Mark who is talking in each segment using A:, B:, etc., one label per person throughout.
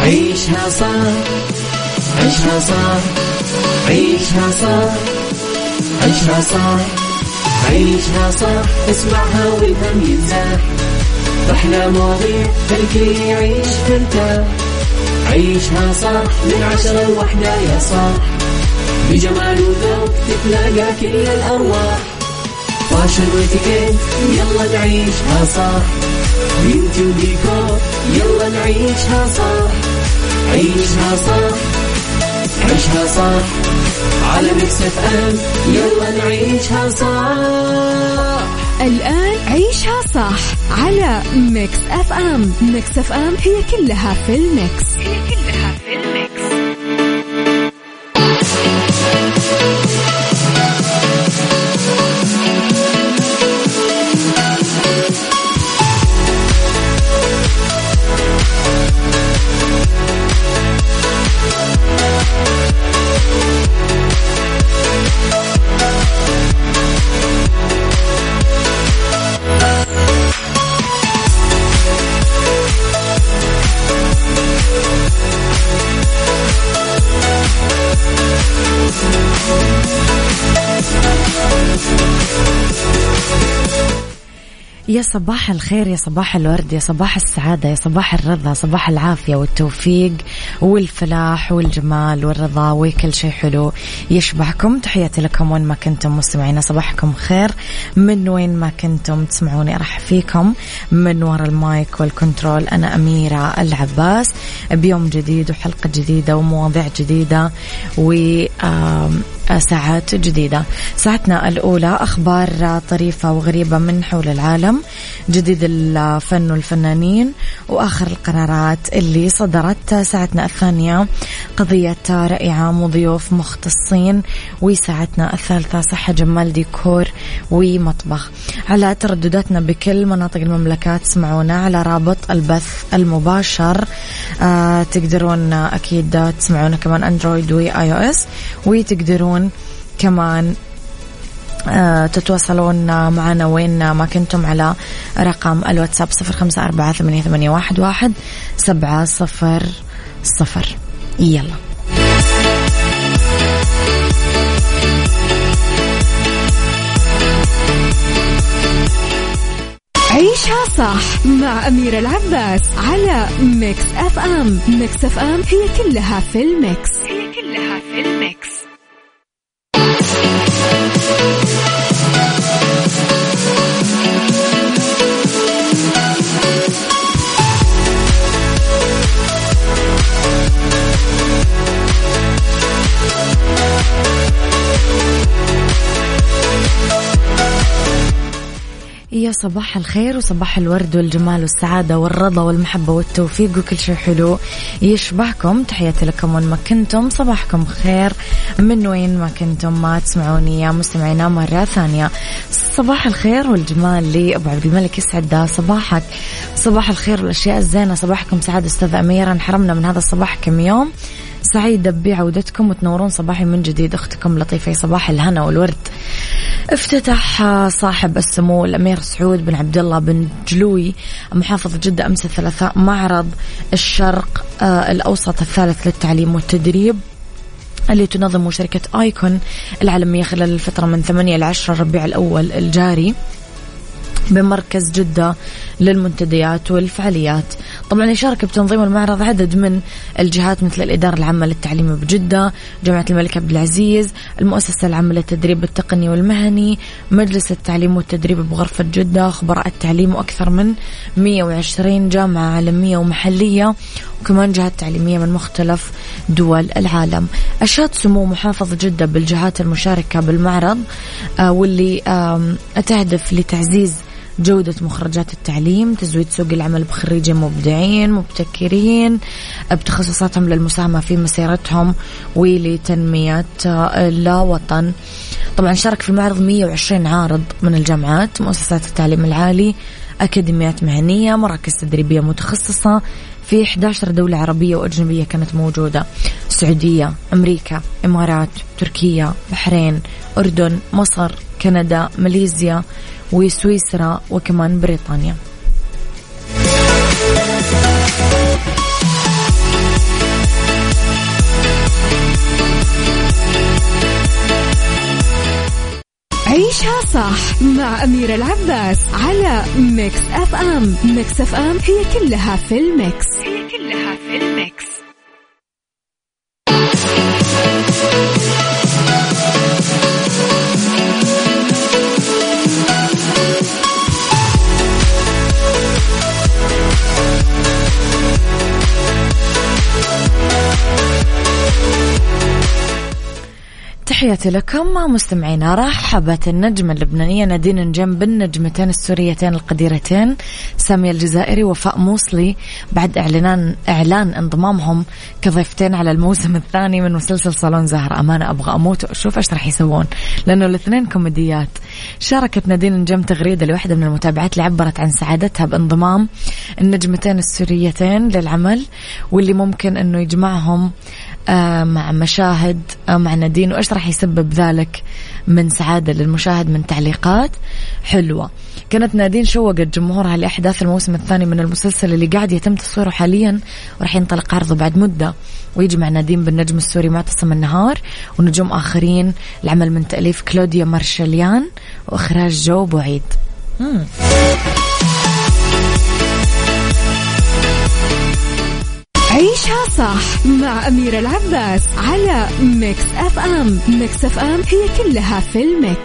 A: عيشها صح عيشها صح عيشها صح عيشها صح عيشها صح اسمعها والهم ينزاح أحلى مواضيع خلي يعيش مرتاح عيشها صح من 10 ل1 يا صاح بجمال وذوق تتلاقى كل الأرواح فاشل واتيكيت يلا نعيشها صح بيوتي وديكور يلا نعيشها صح عيشها صح عيشها صح على ميكس اف ام يلا نعيشها صح.
B: الآن عيشها صح على ميكس اف ام. ميكس اف ام هي كلها في الميكس. يا صباح الخير، يا صباح الورد، يا صباح السعادة، يا صباح الرضا، صباح العافية والتوفيق والفلاح والجمال والرضا وكل شيء حلو يشبهكم. تحياتي لكم وين ما كنتم مستمعين، صباحكم خير من وين ما كنتم تسمعوني. أرحب فيكم من وراء المايك والكنترول، أنا أميرة العباس بيوم جديد وحلقة جديدة ومواضيع جديدة ساعات جديدة. ساعتنا الأولى أخبار طريفة وغريبة من حول العالم، جديد الفن والفنانين، وآخر القرارات اللي صدرت. ساعتنا الثانية قضية رأي عام وضيوف مختصين، وساعتنا الثالثة صحة جمال ديكور ومطبخ. على تردداتنا بكل مناطق المملكة تسمعونا على رابط البث المباشر. تقدرون أكيد تسمعونا كمان أندرويد وآي أو إس، وتقدرون كمان تتواصلون معنا وين ما كنتم على رقم الواتساب 0548811700. يلا عيشها صح مع أميرة العباس على ميكس اف ام. ميكس اف ام هي كلها في الميكس. يا صباح الخير وصباح الورد والجمال والسعادة والرضا والمحبة والتوفيق وكل شيء حلو يشبهكم. تحياتي لكم وين ما كنتم، صباحكم خير من وين ما كنتم ما تسمعوني يا مستمعينا مرة ثانية. صباح الخير والجمال لي أبو عبد الملك، يسعد صباحك. صباح الخير والأشياء الزينة، صباحكم سعادة أستاذ أميرة. انحرمنا من هذا الصباح كم يوم، سعيدة بعودتكم وتنورون صباحي من جديد. أختكم لطيفة، صباح الهنا والورد. افتتح صاحب السمو الأمير سعود بن عبد الله بن جلوي محافظة جدة أمس الثلاثاء معرض الشرق الأوسط الثالث للتعليم والتدريب اللي تنظمه شركة آيكون العالمية خلال الفترة من 8 إلى 10 ربيع الأول الجاري بمركز جدة للمنتديات والفعاليات. طبعا يشارك بتنظيم المعرض عدد من الجهات مثل الإدارة العامة للتعليم بجدة، جامعة الملك عبد العزيز، المؤسسة العامة للتدريب التقني والمهني، مجلس التعليم والتدريب بغرفة جدة، خبراء التعليم، وأكثر من 120 جامعة عالمية ومحلية، وكمان جهات تعليمية من مختلف دول العالم. أشاد سمو محافظ جدة بالجهات المشاركة بالمعرض واللي تهدف لتعزيز جودة مخرجات التعليم، تزويد سوق العمل بخريجين مبدعين مبتكرين بتخصصاتهم للمساهمة في مسيرتهم ولتنمية الوطن. طبعا شارك في المعرض 120 عارض من الجامعات، مؤسسات التعليم العالي، أكاديميات مهنية، مراكز تدريبية متخصصة في 11 دولة عربية وأجنبية كانت موجودة: السعودية، أمريكا، إمارات، تركيا، بحرين، أردن، مصر، كندا، ماليزيا وسويسرا وكمان بريطانيا.
C: مع أميرة العباس على ميكس أف أم. ميكس أف أم هي كلها في الميكس.
B: تحياتي لكم مستمعينا. رحبت النجمة اللبنانية نادين نجم بالنجمتين السوريتين القديرتين سامية الجزائري ووفاء موصلي بعد إعلان انضمامهم كضيفتين على الموسم الثاني من مسلسل صالون زهرة. أمانة أبغى أموت وأشوف إيش رح يسوون لأنه الاثنين كوميديات. شاركت نادين نجم تغريدة لواحدة من المتابعات اللي عبرت عن سعادتها بانضمام النجمتين السوريتين للعمل واللي ممكن أنه يجمعهم مع مشاهد مع نادين وإيش راح يسبب ذلك من سعادة للمشاهد من تعليقات حلوة. كانت نادين شوقت جمهورها لأحداث الموسم الثاني من المسلسل اللي قاعد يتم تصويره حاليا وراح ينطلق عرضه بعد مدة ويجمع نادين بالنجم السوري معتصم النهار ونجوم آخرين. العمل من تأليف كلوديا مارشاليان وإخراج جو بوعيد.
C: عيشها صح مع أميرة العباس على ميكس أف أم. ميكس أف أم هي كلها في الميكس.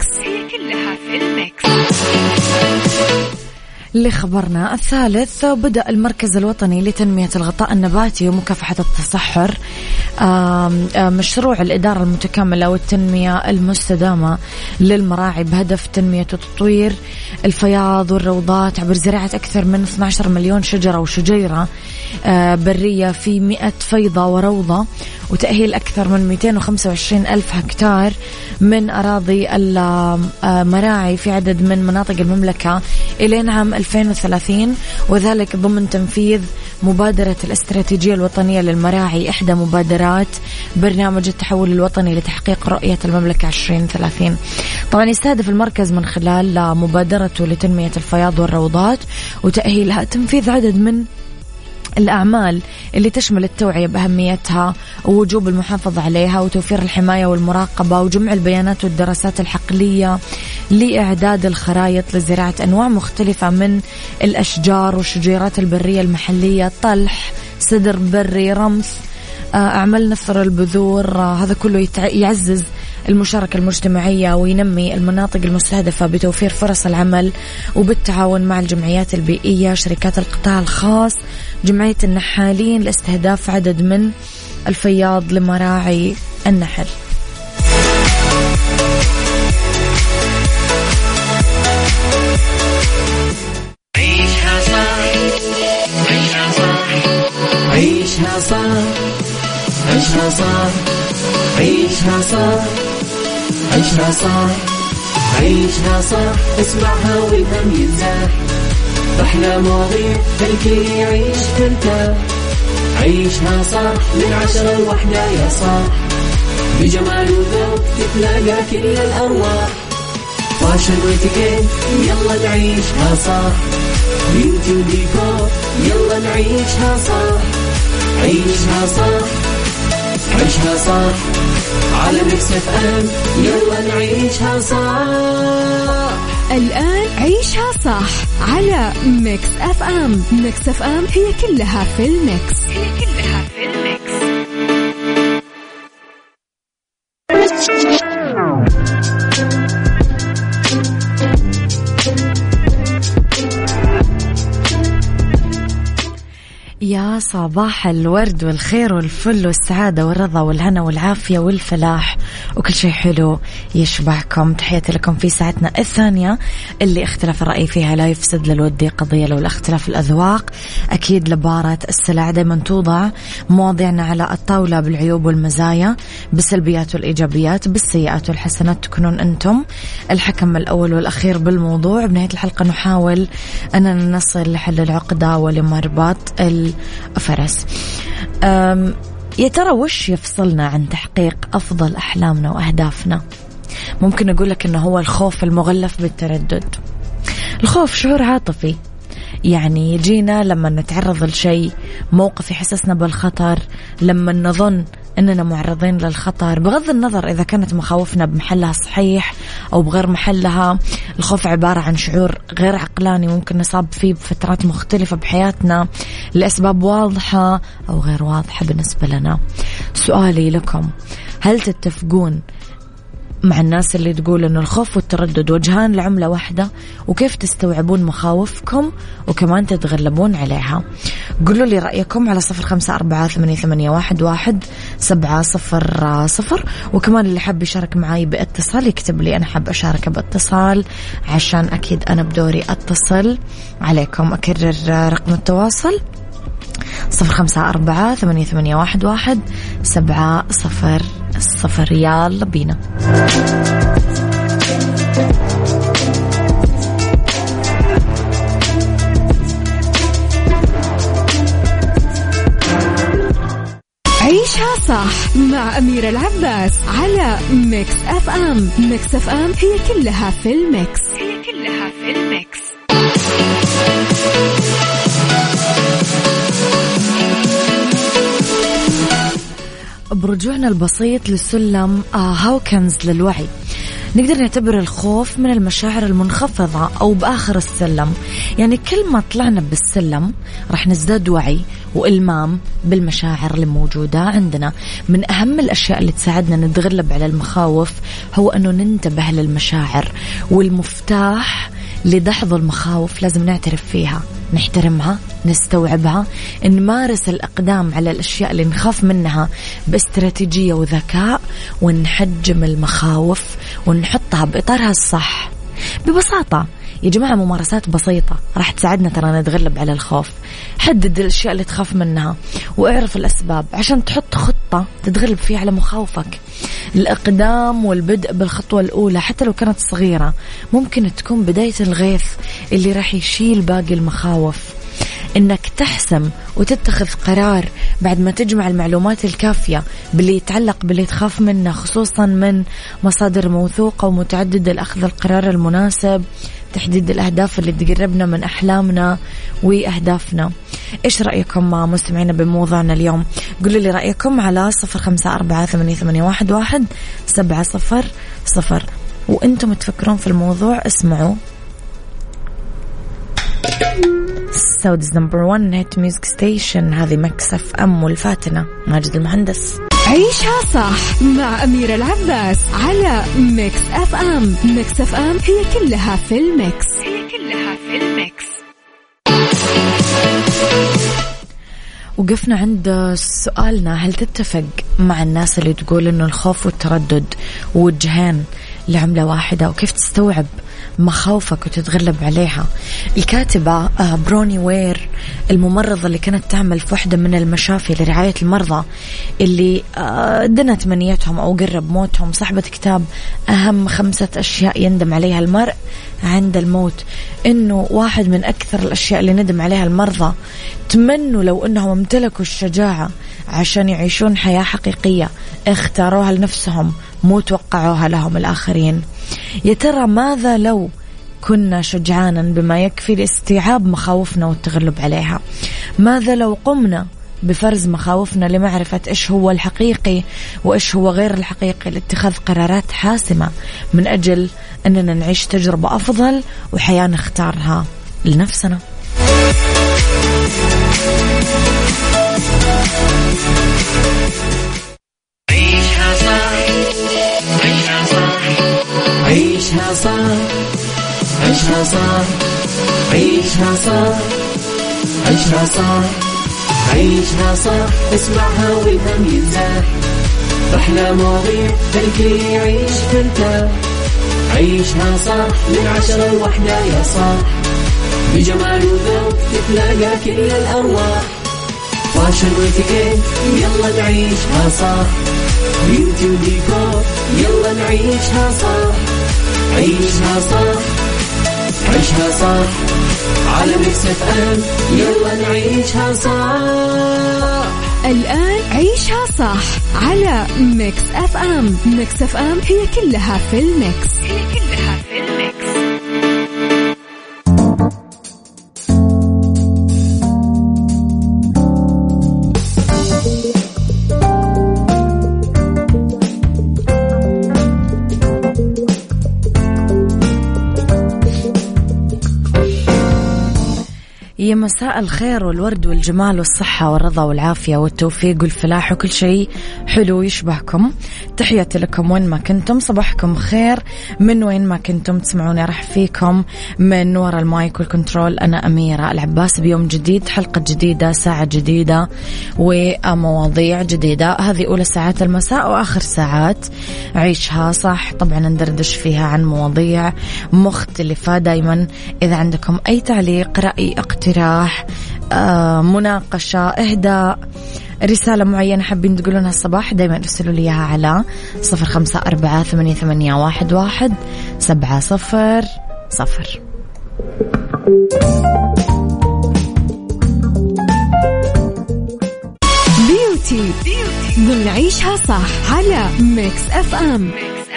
B: لخبرنا الثالث، بدأ المركز الوطني لتنمية الغطاء النباتي ومكافحة التصحر مشروع الإدارة المتكاملة والتنمية المستدامة للمراعي بهدف تنمية وتطوير الفياض والروضات عبر زراعة أكثر من 12 مليون شجرة وشجيرة برية في 100 فيضة وروضة وتأهيل أكثر من 225 ألف هكتار من أراضي المراعي في عدد من مناطق المملكة إلى عام 2030 وذلك ضمن تنفيذ مبادرة الاستراتيجية الوطنية للمراعي إحدى مبادرات برنامج التحول الوطني لتحقيق رؤية المملكة 2030. طبعا يستهدف المركز من خلال مبادرته لتنمية الفياض والروضات وتأهيلها تنفيذ عدد من الأعمال اللي تشمل التوعية بأهميتها ووجوب المحافظة عليها وتوفير الحماية والمراقبة وجمع البيانات والدراسات الحقلية لإعداد الخرائط لزراعة أنواع مختلفة من الأشجار والشجيرات البرية المحلية، طلح، سدر بري، رمث، أعمال نثر البذور. هذا كله يعزز المشاركة المجتمعية وينمي المناطق المستهدفة بتوفير فرص العمل وبالتعاون مع الجمعيات البيئية، شركات القطاع الخاص، جمعية النحالين لاستهداف عدد من الفياض لمراعي النحل.
A: عيشها صح عيشها صح عيشها صح عيشها صح عيشها صح عيشها صح اسمعها والهم ينزاح أحلى مواضيع الكل يعيش ترتاح. عيشها صح من 10 ل1 يا صاح بجمال وذوق تتلاقى كل الأرواح فاشل واتيكيت يلا نعيشها صح بيوتي وديكور يلا نعيشها صح عيشها صح عيشها صح على ميكس أف أم يلا نعيشها صح.
C: الآن عيشها صح على ميكس أف أم. ميكس أف أم هي كلها في الميكس.
B: يا صباح الورد والخير والفل والسعادة والرضا والهنا والعافية والفلاح وكل شيء حلو يشبعكم. تحياتي لكم في ساعتنا الثانية اللي اختلاف الرأي فيها لا يفسد للودي قضية لولا اختلاف الأذواق. أكيد لبارة السلع دائما توضع مواضيعنا على الطاولة بالعيوب والمزايا، بالسلبيات والإيجابيات، بالسيئات والحسنات، تكونون أنتم الحكم الأول والأخير بالموضوع. بنهاية الحلقة نحاول أننا نصل لحل العقدة ولمرباط الفرس. يا ترى وش يفصلنا عن تحقيق أفضل أحلامنا وأهدافنا؟ ممكن أقول لك إنه هو الخوف المغلف بالتردد. الخوف شعور عاطفي، يعني يجينا لما نتعرض لشيء، موقف يحسسنا بالخطر، لما نظن أننا معرضين للخطر، بغض النظر إذا كانت مخاوفنا بمحلها الصحيح أو بغير محلها. الخوف عبارة عن شعور غير عقلاني ممكن نصاب فيه بفترات مختلفة بحياتنا لأسباب واضحة أو غير واضحة بالنسبة لنا. سؤالي لكم، هل تتفقون مع الناس اللي تقول أن الخوف والتردد وجهان لعملة واحدة؟ وكيف تستوعبون مخاوفكم وكمان تتغلبون عليها؟ قولوا لي رأيكم على 0548811700. وكمان اللي حاب يشارك معاي باتصال يكتب لي أنا حاب أشارك باتصال، عشان أكيد أنا بدوري أتصل عليكم. أكرر رقم التواصل 0548811700. يلا بينا.
C: عيشها صح مع أميرة العباس على ميكس أف أم. ميكس أف أم هي كلها في الميكس.
B: برجوعنا البسيط لسلم هاوكنز للوعي، نقدر نعتبر الخوف من المشاعر المنخفضة أو بآخر السلم. يعني كل ما طلعنا بالسلم رح نزداد وعي وإلمام بالمشاعر اللي موجودة عندنا. من أهم الأشياء اللي تساعدنا نتغلب على المخاوف هو أنه ننتبه للمشاعر، والمفتاح لدحض المخاوف لازم نعترف فيها، نحترمها، نستوعبها، نمارس الأقدام على الأشياء اللي نخاف منها باستراتيجية وذكاء، ونحجم المخاوف ونحطها بإطارها الصح. ببساطة يا جماعة ممارسات بسيطة راح تساعدنا ترى نتغلب على الخوف. حدد الأشياء اللي تخاف منها واعرف الأسباب عشان تحط خطة تتغلب فيها على مخاوفك. الإقدام والبدء بالخطوة الأولى حتى لو كانت صغيرة ممكن تكون بداية الغيث اللي راح يشيل باقي المخاوف. إنك تحسم وتتخذ قرار بعد ما تجمع المعلومات الكافية باللي يتعلق باللي تخاف منه، خصوصا من مصادر موثوقة ومتعددة لأخذ القرار المناسب، تحديد الأهداف اللي تقربنا من أحلامنا وأهدافنا. إيش رأيكم مستمعينا بموضوعنا اليوم؟ قولوا لي رأيكم على 0548811700. وأنتم تفكرون في الموضوع اسمعوا سعوديز نمبر 1 هيت ميوزك ستيشن، هذه ميكس أف أم والفاتنة ماجد المهندس.
C: عيشها صح مع أميرة العباس على ميكس أف أم. ميكس أف أم هي كلها في الميكس.
B: وقفنا عند سؤالنا، هل تتفق مع الناس اللي تقول إنه الخوف والتردد وجهان لعملة واحدة؟ وكيف تستوعب مخاوفك وتتغلب عليها؟ الكاتبة بروني وير، الممرضة اللي كانت تعمل في واحدة من المشافي لرعاية المرضى اللي دنت منيتهم أو قرب موتهم، صاحبة كتاب أهم 5 أشياء يندم عليها المرء عند الموت، إنه واحد من أكثر الأشياء اللي ندم عليها المرضى تمنوا لو إنهم امتلكوا الشجاعة عشان يعيشون حياة حقيقية اختاروها لنفسهم مو توقعوها لهم الآخرين. يا ترى ماذا لو كنا شجعانا بما يكفي لاستيعاب مخاوفنا والتغلب عليها؟ ماذا لو قمنا بفرز مخاوفنا لمعرفة إيش هو الحقيقي وإيش هو غير الحقيقي، لاتخاذ قرارات حاسمة من أجل أننا نعيش تجربة أفضل وحياة نختارها لنفسنا.
A: عيشها صح، عيشها صح، عيشها صح، عيشها صح، عيشها صح، عيشها صح، اسمعها والهم ينزاح، أحلى مواضيع الكل يعيش ترتاح. عيشها صح من 10 ل1 يا صاح، بجمال وذوق تتلاقى كل الأرواح، فاشل واتيكيت يلا نعيشها صح، بيوتي وديكور يلا نعيشها صح. عيشها صح، عيشها صح، على ميكس أف أم يلا نعيشها صح.
C: الآن عيشها صح على ميكس أف أم. ميكس أف أم هي كلها في الميكس.
B: يا مساء الخير والورد والجمال والصحة والرضا والعافية والتوفيق والفلاح وكل شيء حلو يشبهكم. تحياتي لكم وين ما كنتم، صباحكم خير من وين ما كنتم تسمعوني. راح فيكم من وراء المايك والكنترول أنا أميرة العباس بيوم جديد، حلقة جديدة، ساعة جديدة ومواضيع جديدة. هذه أولى ساعات المساء وآخر ساعات عيشها صح، طبعا ندردش فيها عن مواضيع مختلفة. دايما إذا عندكم أي تعليق، رأي، اقتراح، مناقشة، إهداء، رسالة معينة حابين تقولونها الصباح، دايما ارسلوا لي إياها على 0548811700.
C: بيوتي نعيشها صح على ميكس اف ام.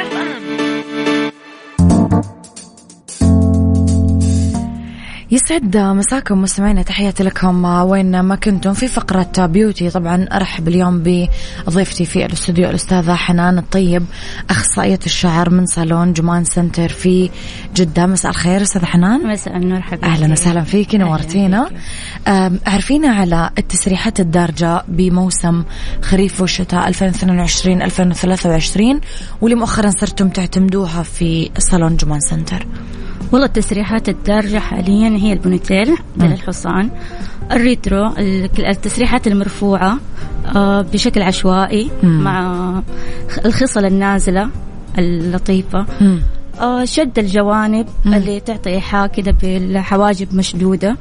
B: يسعد مساكم مستمعينا، تحياتي لكم وين ما كنتم. في فقرة بيوتي طبعا أرحب اليوم بضيفتي في الاستوديو الأستاذة حنان الطيب، أخصائية الشعر من صالون جمان سنتر في جدة. مساء الخير أستاذة حنان.
D: مساء النور حبيبتي.
B: أهلا وسهلا فيك، نورتينا. عرفينا على التسريحات الدارجة بموسم خريف وشتاء 2022-2023 واللي مؤخرا صرتم تعتمدوها في صالون جمان سنتر.
D: والله التسريحات الدارجة حاليا هي البونيتيل دل الحصان، الريترو، التسريحات المرفوعة بشكل عشوائي مع الخصل النازلة اللطيفة، شد الجوانب اللي تعطي إيحاء كده بالحواجب مشدودة،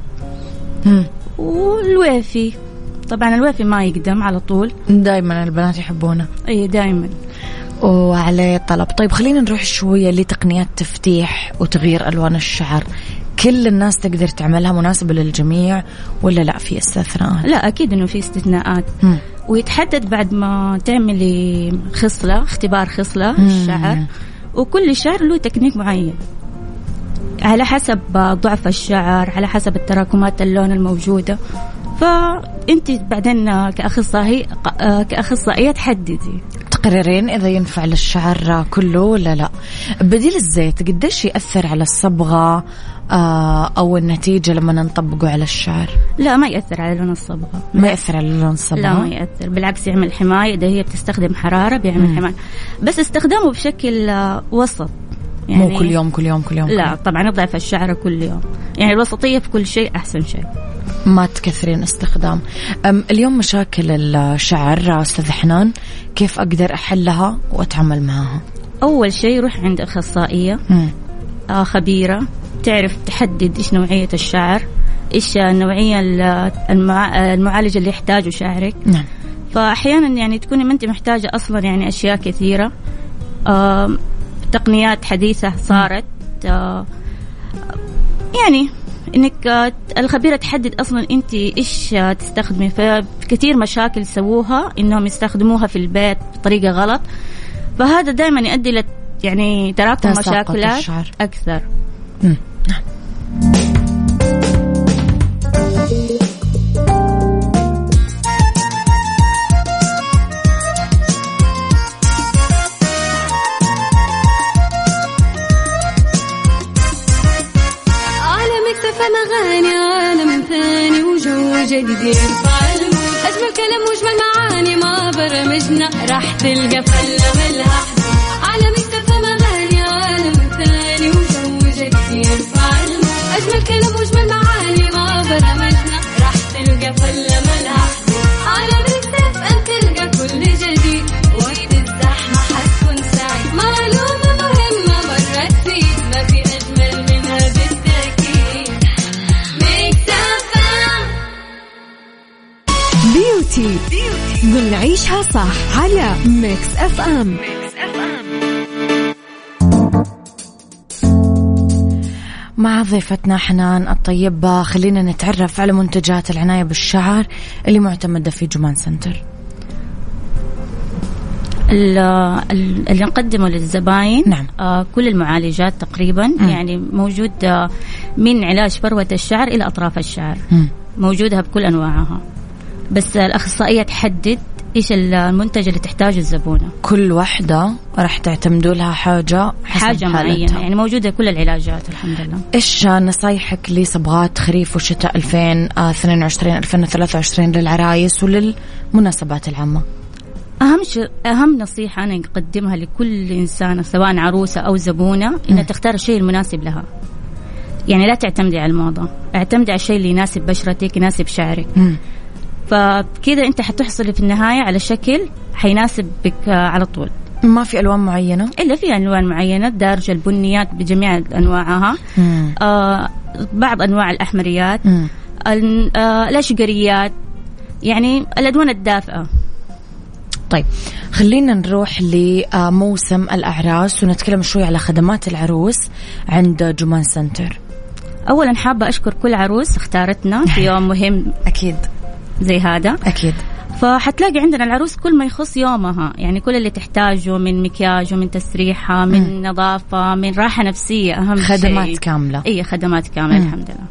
D: والوافي طبعا الوافي ما يقدم على طول،
B: دايما البنات يحبونه.
D: أي دايما
B: وعليه طلب. طيب خلينا نروح شوية لتقنيات تفتيح وتغيير ألوان الشعر. كل الناس تقدر تعملها، مناسبة للجميع ولا لا في استثناءات؟
D: لا أكيد إنه في استثناءات، ويتحدد بعد ما تعملي خصلة، اختبار خصلة الشعر، وكل شعر له تكنيك معين على حسب ضعف الشعر، على حسب التراكمات اللون الموجودة. فأنت بعدين كأخصائية تحددي
B: تقررين إذا ينفع للشعر كله ولا لا. بديل الزيت قديش يأثر على الصبغة أو النتيجة لما نطبقه على الشعر؟
D: لا ما يأثر على لون الصبغة،
B: ما يأثر على لون الصبغة.
D: لا ما يأثر، بالعكس يعمل حماية. إذا هي بتستخدم حرارة بيعمل حماية، بس استخدامه بشكل وسط،
B: يعني مو كل يوم.
D: لا طبعا يضعف الشعر كل يوم، يعني الوسطية في كل شيء أحسن شيء،
B: ما تكثرين استخدام. اليوم مشاكل الشعر أستاذ حنان كيف أقدر أحلها وأتعامل معها؟
D: أول شيء روح عند أخصائية خبيرة تعرف تحدد إيش نوعية الشعر، إيش النوعية المعالج اللي يحتاجه شعرك.
B: نعم.
D: فأحيانا يعني تكوني ما أنت محتاجة أصلا يعني أشياء كثيرة، تقنيات حديثة صارت يعني إنك الخبيرة تحدد أصلا أنت إيش تستخدمي. فكثير مشاكل سووها إنهم يستخدموها في البيت بطريقة غلط، فهذا دائما يؤدي إلى يعني تراكم مشاكلات أكثر.
B: نعم.
E: أغاني عالم ثاني وجو جديد يرفع المود، أجمل كلام وأجمل معاني ما برمجنا راح تلقى فلة ملها على مكتب أغاني عالم ثاني وجو جديد يرفع المود، أجمل كلام وأجمل معاني ما برمجنا راح تلقى فلة ملها على مكتب أن تلقى كل جديد، وقت الزحمة حتكون سعيد، معلومة مهمة مرة تفيد، ما في أجمل منها بالتأكيد.
C: بيوتي نعيشها صح على ميكس اف ام.
B: مع ضيفتنا حنان الطيب خلينا نتعرف على منتجات العناية بالشعر اللي معتمدة في جمان سنتر.
D: اللي نقدمه للزباين
B: نعم.
D: كل المعالجات تقريبا يعني موجود من علاج فروة الشعر إلى أطراف الشعر موجودها بكل أنواعها، بس الأخصائية تحدد إيش المنتج اللي تحتاجه الزبونة.
B: كل واحدة راح تعتمدوا لها حاجة
D: معينة، يعني موجودة كل العلاجات الحمد لله.
B: إيش نصايحك لصبغات خريف وشتاء 2022-2023 للعرايس وللمناسبات العامة؟
D: أهم نصيحة أنا أقدمها لكل إنسانة سواء عروسة أو زبونة إنها تختار الشيء المناسب لها. يعني لا تعتمدي على الموضة، اعتمدي على الشيء اللي يناسب بشرتك يناسب شعرك. فكذا أنت حتحصلي في النهاية على شكل حيناسبك على طول.
B: ما في ألوان معينة؟
D: إلا في ألوان معينة، دارجة، البنيات بجميع أنواعها، بعض أنواع الأحمريات، الأشقريات، يعني الألوان الدافئة.
B: طيب خلينا نروح لموسم الأعراس ونتكلم شوي على خدمات العروس عند جمان سنتر.
D: أولا حابة أشكر كل عروس اختارتنا في يوم مهم
B: أكيد
D: زي هذا.
B: أكيد.
D: فحتلاقي عندنا العروس كل ما يخص يومها، يعني كل اللي تحتاجه من مكياج ومن تسريحة من نظافة من راحة نفسية، أهم
B: خدمات
D: شيء.
B: كاملة.
D: أي خدمات كاملة الحمد لله.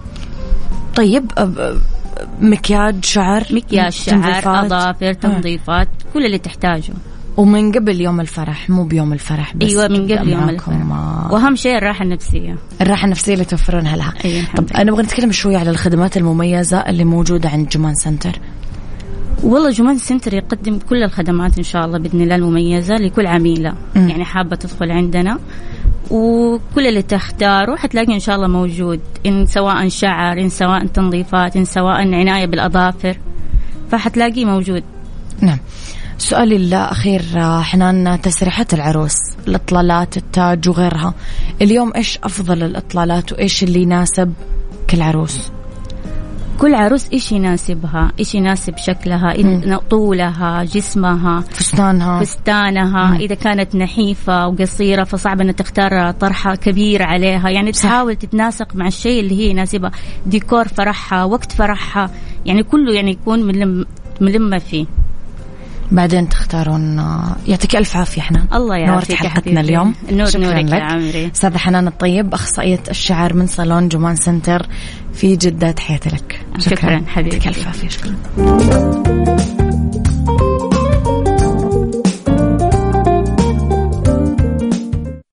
B: طيب مكياج شعر،
D: أظافر، تنظيفات، كل اللي تحتاجه.
B: ومن قبل يوم الفرح، مو بيوم الفرح بس.
D: أيوة من قبل يوم الفرح. وأهم شيء الراحة النفسية.
B: الراحة النفسية اللي توفرونها لها. طب أنا أبغى نتكلم شوي على الخدمات المميزة اللي موجودة عند جمان سنتر.
D: والله جمان سنتر يقدم كل الخدمات إن شاء الله بإذن الله المميزة لكل عميلة يعني حابة تدخل عندنا، وكل اللي تختاره حتلاقي إن شاء الله موجود، إن سواء شعر، إن سواء تنظيفات، إن سواء عناية بالأظافر، فحتلاقيه موجود.
B: نعم. سؤالي الأخير حنان، تسريحات العروس، الإطلالات، التاج وغيرها، اليوم إيش أفضل الإطلالات وإيش اللي يناسب كل عروس؟
D: كل عروس إيش يناسبها، إيش يناسب شكلها، طولها، جسمها، فستانها. إذا كانت نحيفة وقصيرة فصعب أن تختار طرحة كبيرة عليها، يعني تحاول تتناسق مع الشيء اللي هي يناسبها، ديكور فرحها، وقت فرحها، يعني كله يعني يكون ملمة فيه.
B: بعدين تختارون. يعطيك ألف عافية حنان.
D: الله يعافيك
B: حلقتنا اليوم.
D: شكرا لك يا عمري.
B: أستاذة حنان الطيب، أخصائية الشعر من صالون جمان سنتر في جدة، تحياتي لك.
D: شكرا حبيبي.
B: يعطيك ألف عافية. شكرا.